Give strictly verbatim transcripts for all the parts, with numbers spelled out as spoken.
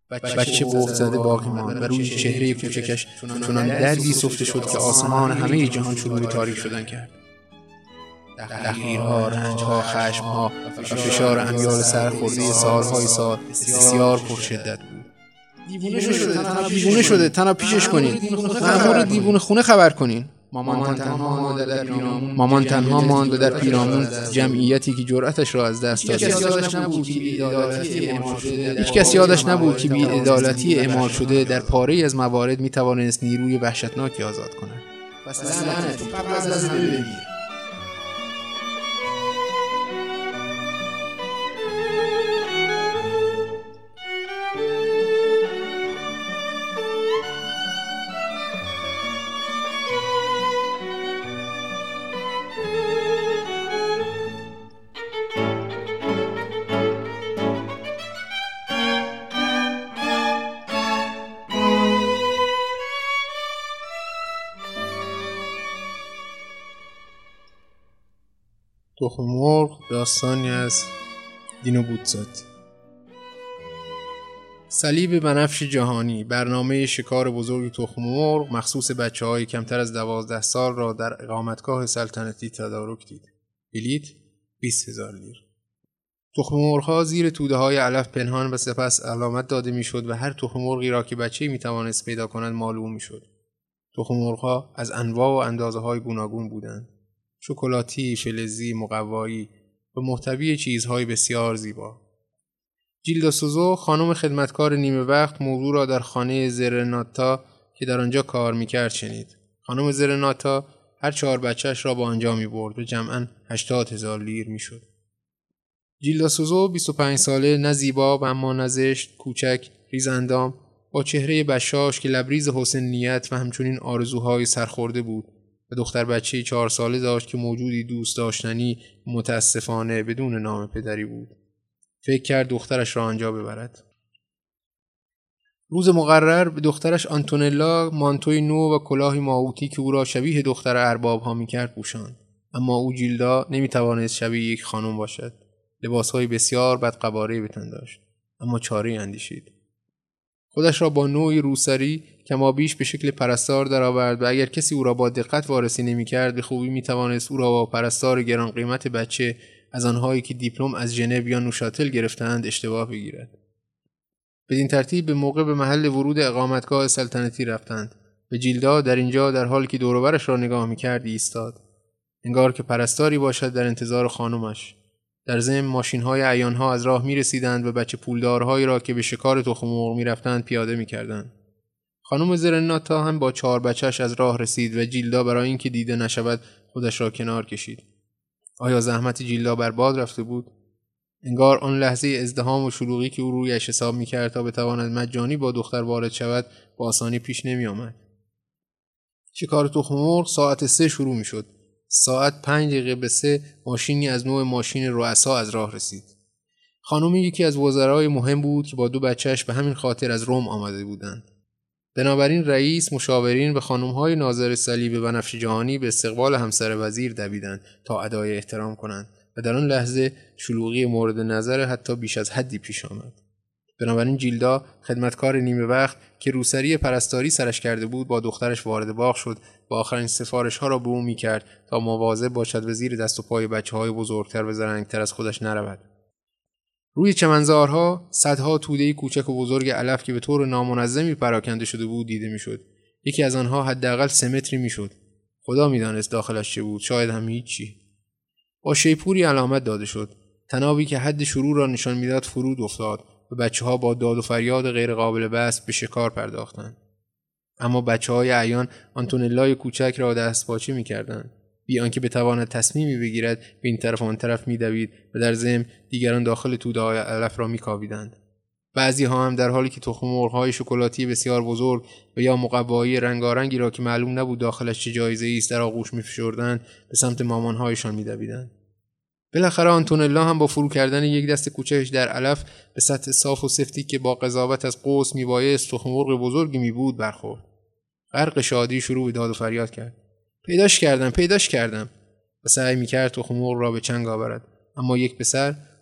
بچه بغض زده باقی ماند و روی چهره کوچکش چنان دردی سفته شد که آسمان همه جهان شروع به تاریک شدن کرد. تحقیرها، رنجها، خشمها و فشار امیال سرخورده سالهای سال بسیار پرشدت بود. دیوونه شده، دیوونه شده، تنها پیشش کنین. مأمور دیوونه خونه خبر کنین. مامان تنها ماند در پیرامون مامان تنها ماند و در پیرامون جمعیتی که جرأتش را از دست داده. هیچ کس یادش نبود که بی‌عدالتی اعمال شده در پاره‌ای از موارد می‌توانست نیروی وحشتناکی آزاد کند. پس لعنتی قبل از همه بگیر. تخم مرغ، داستانی از دینو بودزادی. صلیب بنفش جهانی، برنامه شکار بزرگ تخم مرغ مخصوص بچه‌های کمتر از دوازده سال را در اقامتگاه سلطنتی تدارک دید. بلیت بیست هزار لیر. تخم مرغ‌ها زیر توده‌های علف پنهان و سپس علامت داده می‌شد و هر تخم مرغی را که بچه‌ای می‌توانست پیدا کند معلوم می‌شد. تخم مرغ‌ها از انواع و اندازه‌های گوناگون بودند. شکلاتی، فلزی، مقوایی و محتوی چیزهای بسیار زیبا. جیلدا سوزو، خانم خدمتکار نیمه وقت، موضوع را در خانه زرناتا که در آنجا کار میکرد شنید. خانم زرناتا هر چهار بچهش را با آنجا میبرد و جمعاً هشتاد هزار لیر میشد. جیلدا سوزو بیست و پنج ساله، نه زیبا و اما نه زشت، کوچک، ریزاندام، با چهره بشاش که لبریز حسن نیت و همچنین آرزوهای سرخورده بود و دختر بچه‌ای چهار ساله داشت که موجودی دوست داشتنی متاسفانه بدون نام پدری بود. فکر کرد دخترش را آنجا ببرد. روز مقرر به دخترش آنتونلا مانتوی نو و کلاهی ماهوتی که او را شبیه دختر ارباب ها می‌کرد پوشاند. اما او جیلدا نمی‌توانست شبیه یک خانم باشد. لباس‌های بسیار بدقواره به تن داشت، اما چاره‌ای اندیشید. خودش را با نوعی روسری کمابیش به شکل پرستار درآورد و اگر کسی او را با دقت وارسی نمی‌کرد به خوبی می‌توانست او را با پرستار گران قیمت بچه از آنهایی که دیپلم از ژنو یا نوشاتل گرفتند اشتباه بگیرد. بدین ترتیب به موقع به محل ورود اقامتگاه سلطنتی رفتند و جیلدا در اینجا در حالی که دور و برش را نگاه می‌کرد ایستاد، انگار که پرستاری باشد در انتظار خانمش. در ضمن ماشین‌های عیان‌ها از راه می‌رسیدند و بچه پولدارهایی را که به شکار تخم مرغ می‌رفتند پیاده می‌کردند. خانم زرناتا هم با چهار بچه‌اش از راه رسید و جیلدا برای اینکه دیده نشود خودش را کنار کشید. آیا زحمت جیلدا برباد رفته بود؟ انگار آن لحظه ازدحام و شلوغی که او رویش حساب می‌کرد تا بتواند مجانی با دختر وارد شود با آسانی پیش نمی‌آمد. شکار تخم مرغ ساعت سه شروع می‌شد. ساعت پنج دقیقه به سه ماشینی از نوع ماشین رؤسا از راه رسید. خانمی یکی از وزرای مهم بود که با دو بچهش به همین خاطر از روم آمده بودند. بنابراین رئیس، مشاورین و خانم‌های ناظر صلیب بنفش جهانی به استقبال همسر وزیر دویدند تا ادای احترام کنند و در آن لحظه شلوغی مورد نظر حتی بیش از حدی پیش آمد. بنابراین جیلدا، خدمتکار نیمه وقت که روسری پرستاری سرش کرده بود، با دخترش وارد باغ شد و آخرین سفارش‌ها را به او می‌کرد تا مواظب باشد و زیر دست و پای بچه‌های بزرگتر و زرنگتر از خودش نرود. روی چمنزارها صدها توده کوچک و بزرگ علف که به طور نامنظمی پراکنده شده بود دیده می‌شد. یکی از آنها حداقل سه متری می‌شد. خدا می‌دانست داخلش چه بود، شاید هم هیچی. با شیپوری علامت داده شد. تنابی که حد شروع را نشان می‌داد فرود افتاد و بچه‌ها با داد و فریاد غیر قابل بسط به شکار پرداختند. اما بچه‌های عیان آنتونلای کوچک را دستپاچه می‌کردند. بی آنکه بتواند تصمیمی بگیرد به این طرف و آن طرف می‌دوید و در ضمن دیگران داخل توده‌های علف را می‌کاویدند. بعضی‌ها هم در حالی که تخم مرغ‌های شکلاتی بسیار بزرگ و یا مقوایی رنگارنگی را که معلوم نبود داخلش چه جایزه‌ای است در آغوش می‌فشردند به سمت مامان‌هایشان می‌دویدند. بالاخره آنتونلا هم با فرو کردن یک دست کوچکش در علف به سطح صاف و سفتی که با قضاوت از قوس میبایست تخم مرغ بزرگی می بود برخورد. غرق شادی شروع به داد و فریاد کرد. پیداش کردم، پیداش کردم. و سعی میکرد تخم مرغ را به چنگ آورد، اما یک پسر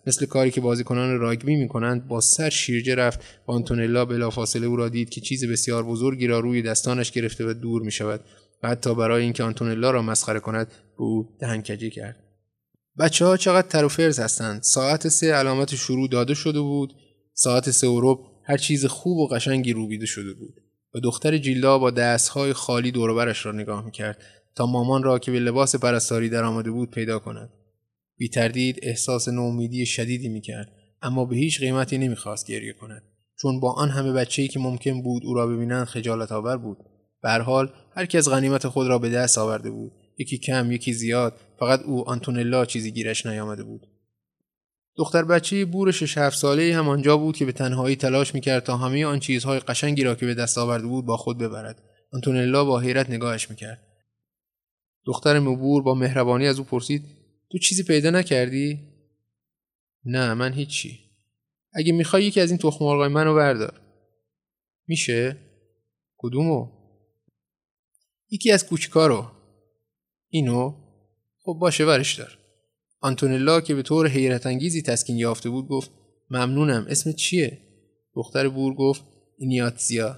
مثل کاری که بازیکنان راگبی میکنند با سر شیرجه رفت و آنتونلا بلافاصله او را دید که چیز بسیار بزرگی را روی دستانش گرفته و دور میشود و حتی برای اینکه آنتونلا را مسخره کند به او دهنکجی کرد. بچه‌ها چقدر تر و فرز هستند. ساعت سه علامت شروع داده شده بود. ساعت سه و ربع هر چیز خوب و قشنگی روبیده شده بود و دختر جیلدا با دستهای خالی دور و برش را نگاه میکرد تا مامان را که به لباس پرستاری در آمده بود پیدا کند. بی تردید احساس نومیدی شدیدی میکرد، اما به هیچ قیمتی نمیخواست گریه کند، چون با آن همه بچه‌ای که ممکن بود او را ببینند خجالت آور بود. به هر حال هر کی از غنیمت خود را به دست آورده بود، یکی کم یکی زیاد، فقط او آنتونلا چیزی گیرش نیامده بود. دختر بچه بور شش هفت ساله‌ای هم آنجا بود که به تنهایی تلاش میکرد تا همه آن چیزهای قشنگی را که به دست آورده بود با خود ببرد. آنتونلا با حیرت نگاهش میکرد. دختر مبور با مهربانی از او پرسید: تو چیزی پیدا نکردی؟ نه، من هیچی. اگه میخوای یکی از این تخم مرغای منو بردار. میشه؟ کدومو؟ یکی از کوچیکا رو. اینو؟ خب باشه، ورش دار. آنتونلا که به طور حیرت انگیزی تسکین یافته بود گفت: ممنونم. اسم چیه؟ دختر بور گفت: اینیاتزیا.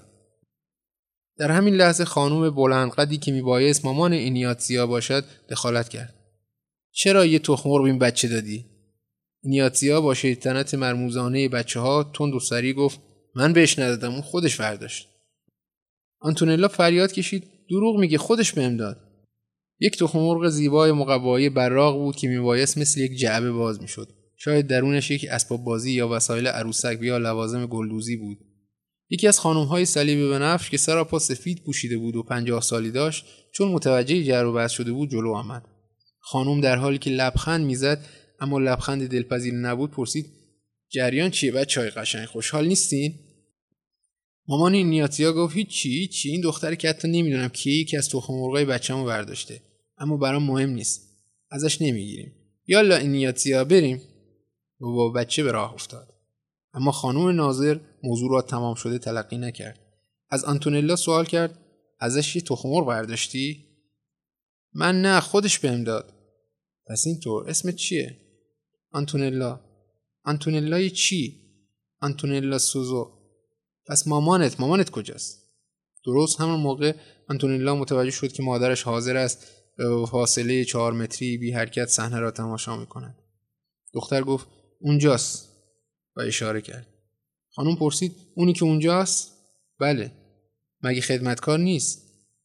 در همین لحظه خانم بلند قدی که میبایست مامان اینیاتزیا باشد دخالت کرد. چرا یه تخم مرغ به این بچه دادی؟ اینیاتزیا با شیطنت مرموزانه بچه‌ها تند و سری گفت: من بهش ندادم، اون خودش برداشت. آنتونلا فریاد کشید: دروغ میگه، خودش بهم داد. یک تخم مرغ زیبای مقوایی براق بود که میبایست مثل یک جعبه باز میشد. شاید درونش یک اسباب بازی یا وسایل عروسک یا لوازم گلدوزی بود. یکی از خانم‌های صلیب بنفش که سراپا سفید پوشیده بود و پنجاه سالی داشت، چون متوجه جر و بحث شده بود جلو آمد. خانم در حالی که لبخند میزد اما لبخند دلپذیر نبود پرسید: جریان چیه بچه‌های قشنگ، خوشحال نیستین؟ مامان اینیاتزیا گفت: هیچی چی این دختری که حتی نمیدونم کیه که از تخم مرغای بچه‌مو برداشته، اما برام مهم نیست، ازش نمیگیریم. یالا اینیاتزیا بریم. و با بچه به راه افتاد. اما خانم ناظر موضوع را تمام شده تلقی نکرد. از آنتونلا سوال کرد: ازش یه تخم مرغ برداشتی؟ من نه، خودش بهم داد. پس اینطور. اسمت چیه؟ آنتونلا. آنتونلای چی؟ آنتونلا سوزو. پس مامانت مامانت کجاست؟ درست همون موقع آنتونلا متوجه شد که مادرش حاضر است به فاصله چهار متری بی حرکت صحنه را تماشا می‌کند. دختر گفت: اونجاست و اشاره کرد. خانم پرسید: اونی که اونجاست؟ بله. مگه خدمتکار نیست؟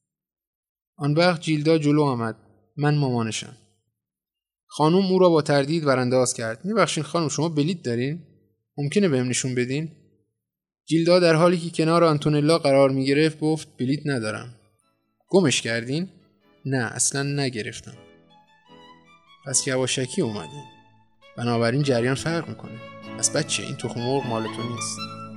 آن وقت جیلدا جلو آمد. من مامانشم. خانم او را با تردید ورانداز کرد. میبخشین خانم، شما بلیط دارین؟ ممکنه بهم نشون بدین؟ جیلدا در حالی که کنار آنتونلا قرار میگرفت گفت: بلیط ندارم. گمش کردین؟ نه، اصلا نگرفتم. پس یواشکی اومدین. بنابراین جریان فرق میکنه. پس بچه، این تخم مرغ مال تو نیست.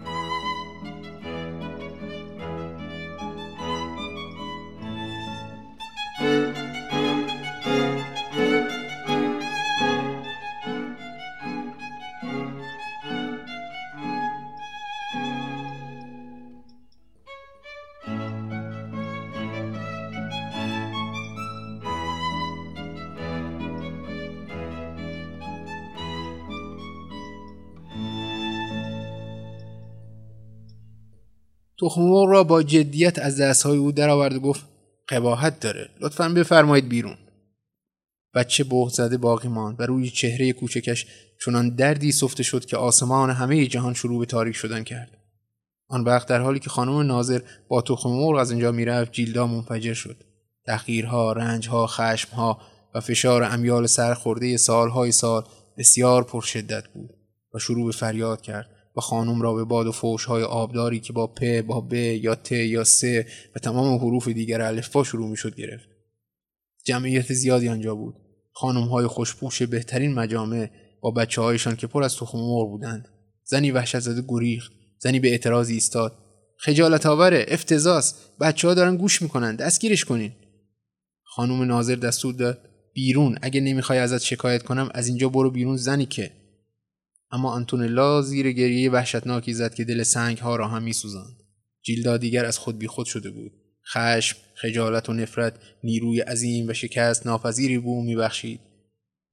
تخم مرغ را با جدیت از دستهای او درآورد و گفت: قباحت داره، لطفاً بفرمایید بیرون. بچه بهت زده باقی ماند و روی چهره کوچکش چنان دردی سفته شد که آسمان همه جهان شروع به تاریک شدن کرد. آن وقت در حالی که خانم ناظر با تخم مرغ از اینجا میرفت، جیلدا منفجر شد. تحقیرها، رنجها، خشمها و فشار امیال سرخورده سالهای سال بسیار پرشدت بود و شروع به فریاد کرد و خانم را به باد و فوش‌های آبداری که با پ، با ب یا ت یا س و تمام حروف دیگر الفبا شروع می‌شد گرفت. جمعیت زیادی آنجا بود. خانم‌های خوشپوش بهترین مجامع با بچه‌هایشان که پر از تخم مرغ بودند. زنی وحشت‌زده گریخت، زنی به اعتراض ایستاد. خجالت آوره، افتضاحه، بچه‌ها دارن گوش می‌کنن، دستگیرش کنین. خانم ناظر دستور داد: بیرون، اگه نمی‌خوای ازت شکایت کنم از اینجا برو بیرون. زنی که اما آنتونلا زیر گریه وحشتناکی زد که دل سنگ‌ها را هم می‌سوزاند. جیلدا دیگر از خود بیخود شده بود. خشم، خجالت و نفرت نیروی عظیم و شکست ناپذیری به او می‌بخشید.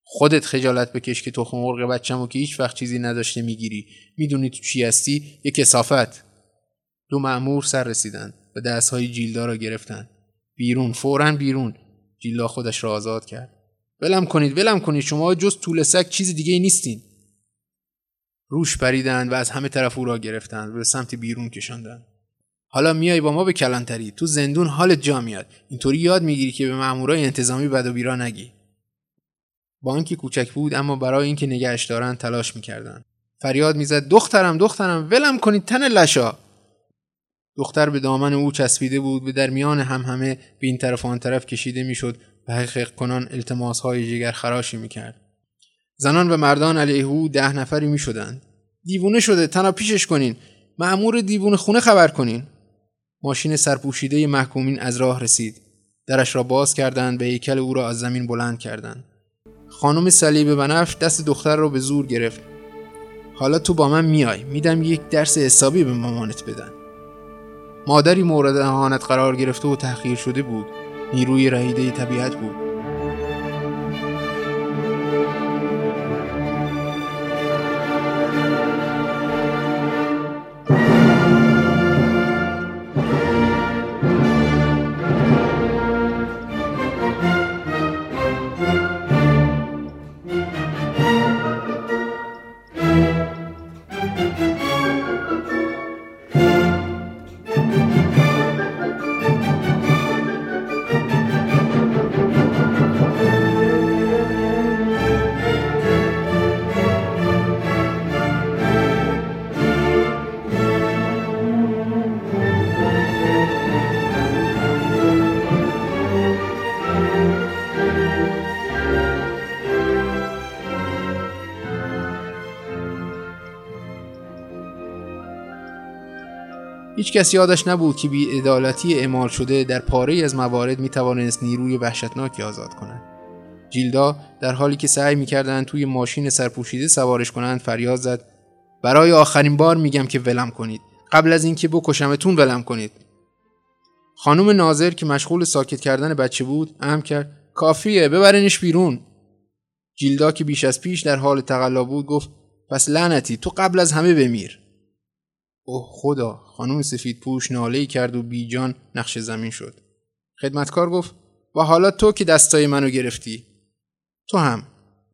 خودت خجالت بکش که تخم مرغ بچه‌مو که هیچ وقت چیزی نداشته میگیری. میدونی تو چی هستی؟ یه کثافت. دو مأمور سر رسیدن و دستهای جیلدا را گرفتن. بیرون، فوراً بیرون. جیلدا خودش را آزاد کرد. ولم کنید، ولم کنید، شما جز طول سگ چیز دیگه ای نیستین. روش پریدند و از همه طرف او را گرفتند و به سمت بیرون کشاندند. حالا میای با ما به کلانتری، تو زندون حالت جا میاد. اینطوری یاد میگیری که به مامورای انتظامی بد و بیرا نگی. بانک کوچک بود اما برای اینکه نگهش دارن تلاش میکردن. فریاد میزد دخترم دخترم ولم کنید تن لشا. دختر به دامن او چسبیده بود و در میان هم همه به این طرف و آن طرف کشیده میشد و حقیق کنان التماس‌های جگر خراشی میکرد. زنان و مردان علیه او ده نفری میشدند. دیوونه شده، تنها پیشش کنین. مأمور دیوونه خونه خبر کنین. ماشین سرپوشیده محکومین از راه رسید. درش را باز کردند و هیکل او را از زمین بلند کردند. خانم صلیب بنفش دست دختر را به زور گرفت. حالا تو با من میای، میدم یک درس حسابی به مامانت بدن. مادری مورد اهانت قرار گرفته و تحقیر شده بود. نیروی رهیده طبیعت بود. هیچ کس یادش نبود که بی‌عدالتی اعمال شده در پاره‌ای از موارد میتوانست نیروی وحشتناکی آزاد کند. جیلدا در حالی که سعی میکردند توی ماشین سرپوشیده سوارش کنند فریاد زد برای آخرین بار میگم که ولم کنید. قبل از اینکه بکشمتون ولم کنید. خانم ناظر که مشغول ساکت کردن بچه بود امر کرد کافیه، ببرینش بیرون. جیلدا که بیش از پیش در حال تقلا بود گفت پس لعنتی تو قبل از همه بمیر. اوه خدا، خانم سفید پوش ناله‌ای کرد و بی جان نقش زمین شد. خدمتکار گفت و حالا تو که دستای منو گرفتی. تو هم.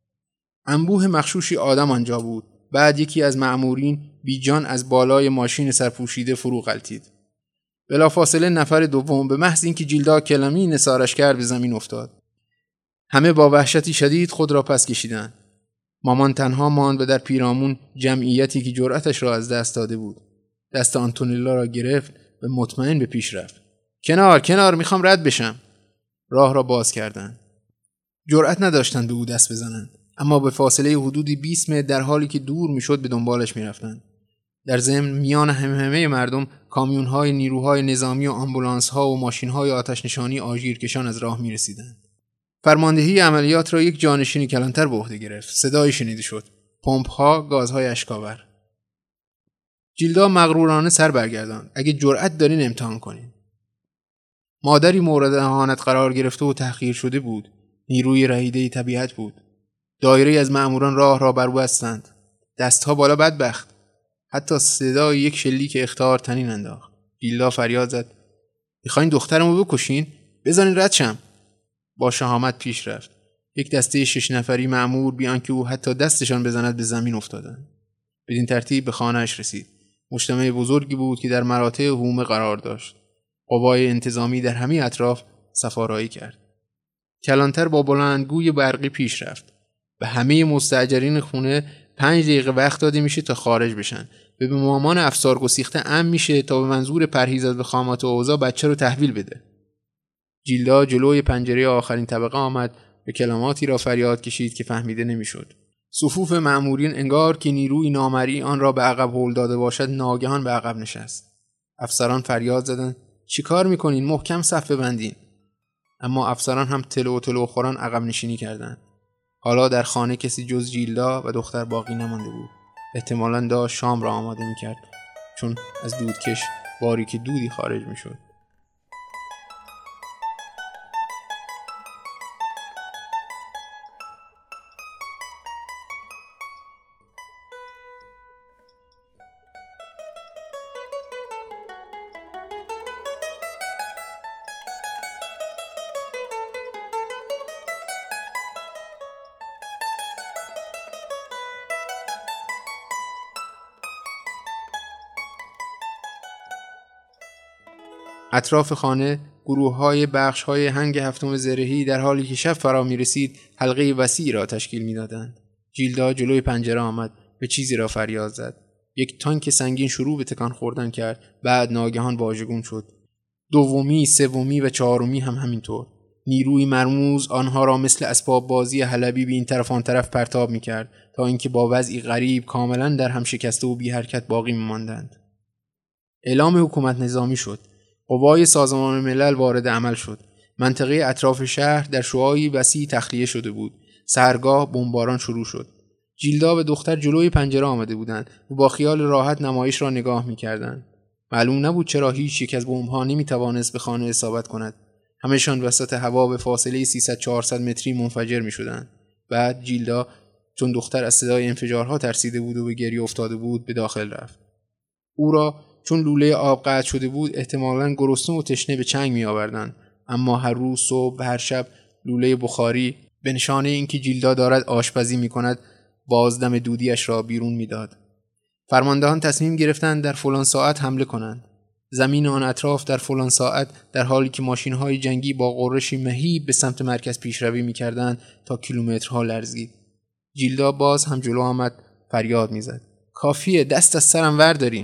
انبوه مخشوشی آدم آنجا بود. بعد یکی از مأمورین بی جان از بالای ماشین سرپوشیده فرو غلتید. بلافاصله نفر دوم به محض اینکه جیلدا کلامی نثارش کرد به زمین افتاد. همه با وحشتی شدید خود را پس کشیدند. مامان تنها ماند و در پیرامون جمعیتی که جرأتش را از دست داده بود. دست آنتونلا را گرفت و مطمئن به پیش رفت. کنار کنار، میخوام رد بشم. راه را باز کردند. جرأت نداشتند به او دست بزنند، اما به فاصله حدودی بیست متر در حالی که دور میشد به دنبالش میرفتند. در ضمن میان همهمه مردم کامیون‌های نیروهای نظامی و آمبولانس‌ها و ماشین‌های آتش‌نشانی آژیرکشان از راه می‌رسیدند. فرماندهی عملیات را یک جانشین کلانتر به عهده گرفت. صدایی شنیده شد. پمپ‌ها، گازهای اشک‌آور. جیلدا مغرورانه سر برگرداند. اگه جرأت دارین امتحان کنین. مادری مورد اهانت قرار گرفته و تحقیر شده بود. نیروی رهیده طبیعت بود. دایره از مأموران راه را بر او بستند. دستها بالا بدبخت. حتی صدای یک شلیک اخطار تنین انداخت. جیلدا فریاد زد میخواین دخترمو بکشین؟ بزنین رد شم. با شهامت پیش رفت. یک دسته شش نفری مأمور بی آنکه او حتی دستشان بزند به زمین افتادند. بدین ترتیب به خانه‌اش رسید. مجتمع بزرگی بود که در مراتع حومه قرار داشت. قوای انتظامی در همه اطراف سفارایی کرد. کلانتر با بلندگوی برقی پیش رفت. به همه مستاجرین خونه پنج دقیقه وقت داده میشه تا خارج بشن. به مامان افسار گسیخته امر میشه تا به منظور پرهیز از وخامات و اوضاع بچه رو تحویل بده. جیلدا جلوی پنجره آخرین طبقه آمد و کلماتی را فریاد کشید که فهمیده نمیشد. صفوف مأمورین انگار که نیروی نامرئی آن را به عقب هل داده باشد ناگهان به عقب نشست. افسران فریاد زدند چیکار میکنین؟ محکم صف ببندین. اما افسران هم تلو تلو خوران عقب نشینی کردند. حالا در خانه کسی جز جیلدا و دختر باقی نمانده بود. احتمالاً داشت شام را آماده میکرد، چون از دودکش باریک دودی خارج میشد. اطراف خانه گروه‌های بخش‌های هنگ هفتم زرهی در حالی که شب فرا می‌رسید حلقه وسیعی را تشکیل می‌دادند. جیلدا جلوی پنجره آمد، به چیزی را فریاد زد. یک تانک سنگین شروع به تکان خوردن کرد، بعد ناگهان واژگون شد. دومی، سومی و چهارمی هم همینطور. نیروی مرموز آنها را مثل اسباب بازی حلبی به این طرف آن طرف پرتاب می‌کرد تا اینکه با وضعی غریب کاملاً در هم شکسته و بی حرکت باقی می‌ماندند. اعلام حکومت نظامی شد. قوای سازمان ملل وارد عمل شد. منطقه اطراف شهر در شعاعی وسیع تخلیه شده بود. سحرگاه بمباران شروع شد. جیلدا و دختر جلوی پنجره آمده بودند و با خیال راحت نمایش را نگاه می‌کردند. معلوم نبود چرا هیچ یک از بمب‌ها نمی‌توانست به خانه اصابت کند. همه‌شان وسط هوا به فاصله سیصد چهارصد متری منفجر می‌شدند. بعد جیلدا چون دختر از صدای انفجارها ترسیده بود و به گریه افتاده بود به داخل رفت. او را چون لوله آب قطع شده بود احتمالاً گرسنه و تشنه به چنگ می‌آوردند، اما هر روز صبح و هر شب لوله بخاری به نشانه اینکه جیلدا دارد آشپزی می‌کند بازدم دودیش را بیرون می‌داد. فرماندهان تصمیم گرفتند در فلان ساعت حمله کنند. زمین آن اطراف در فلان ساعت در حالی که ماشین‌های جنگی با غرشی مهیب به سمت مرکز پیشروی می‌کردند تا کیلومترها لرزید. جیلدا باز هم جلو آمد، فریاد می‌زد: کافیه، دست از سرم وردارین.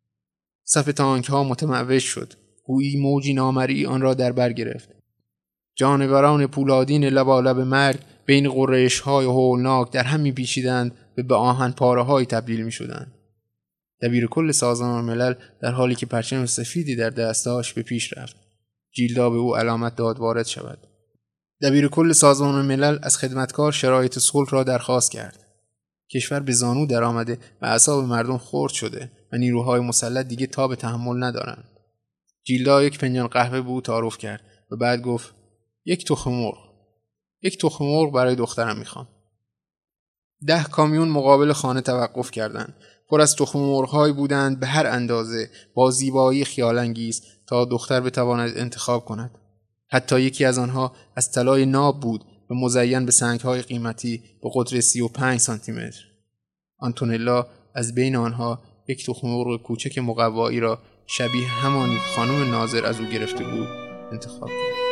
صف تانک‌ها متموج شد. گویی موجی نامرئی آن را در بر گرفت. جانوران پولادین لبالب مرگ بین غرش‌های هولناک در هم می‌پیچیدند و به آهن پاره‌های تبدیل می‌شدند. دبیر کل سازمان ملل در حالی که پرچم سفیدی در دست داشت به پیش رفت. جیلدا به او علامت داد وارد شود. دبیر کل سازمان ملل از خدمتکار شرایط صلح را درخواست کرد. کشور به زانو در آمده و اعصاب مردم خرد شده و نیروهای مسلح دیگه تاب تحمل ندارند. جیلدا یک فنجان قهوه به او تعارف کرد و بعد گفت: یک تخم مرغ. یک تخم مرغ برای دخترم میخوام. ده کامیون مقابل خانه توقف کردند. پر از تخم مرغ‌هایی بودند به هر اندازه، با زیبایی خیال‌انگیز تا دختر بتواند انتخاب کند. حتی یکی از آنها از طلای ناب بود و مزین به سنگ‌های قیمتی به قطر سی و پنج سانتی متر. آنتونلا از بین آنها یک تخم مرغ کوچک مقوایی را شبیه همانی خانم ناظر از او گرفته بود انتخاب کرد.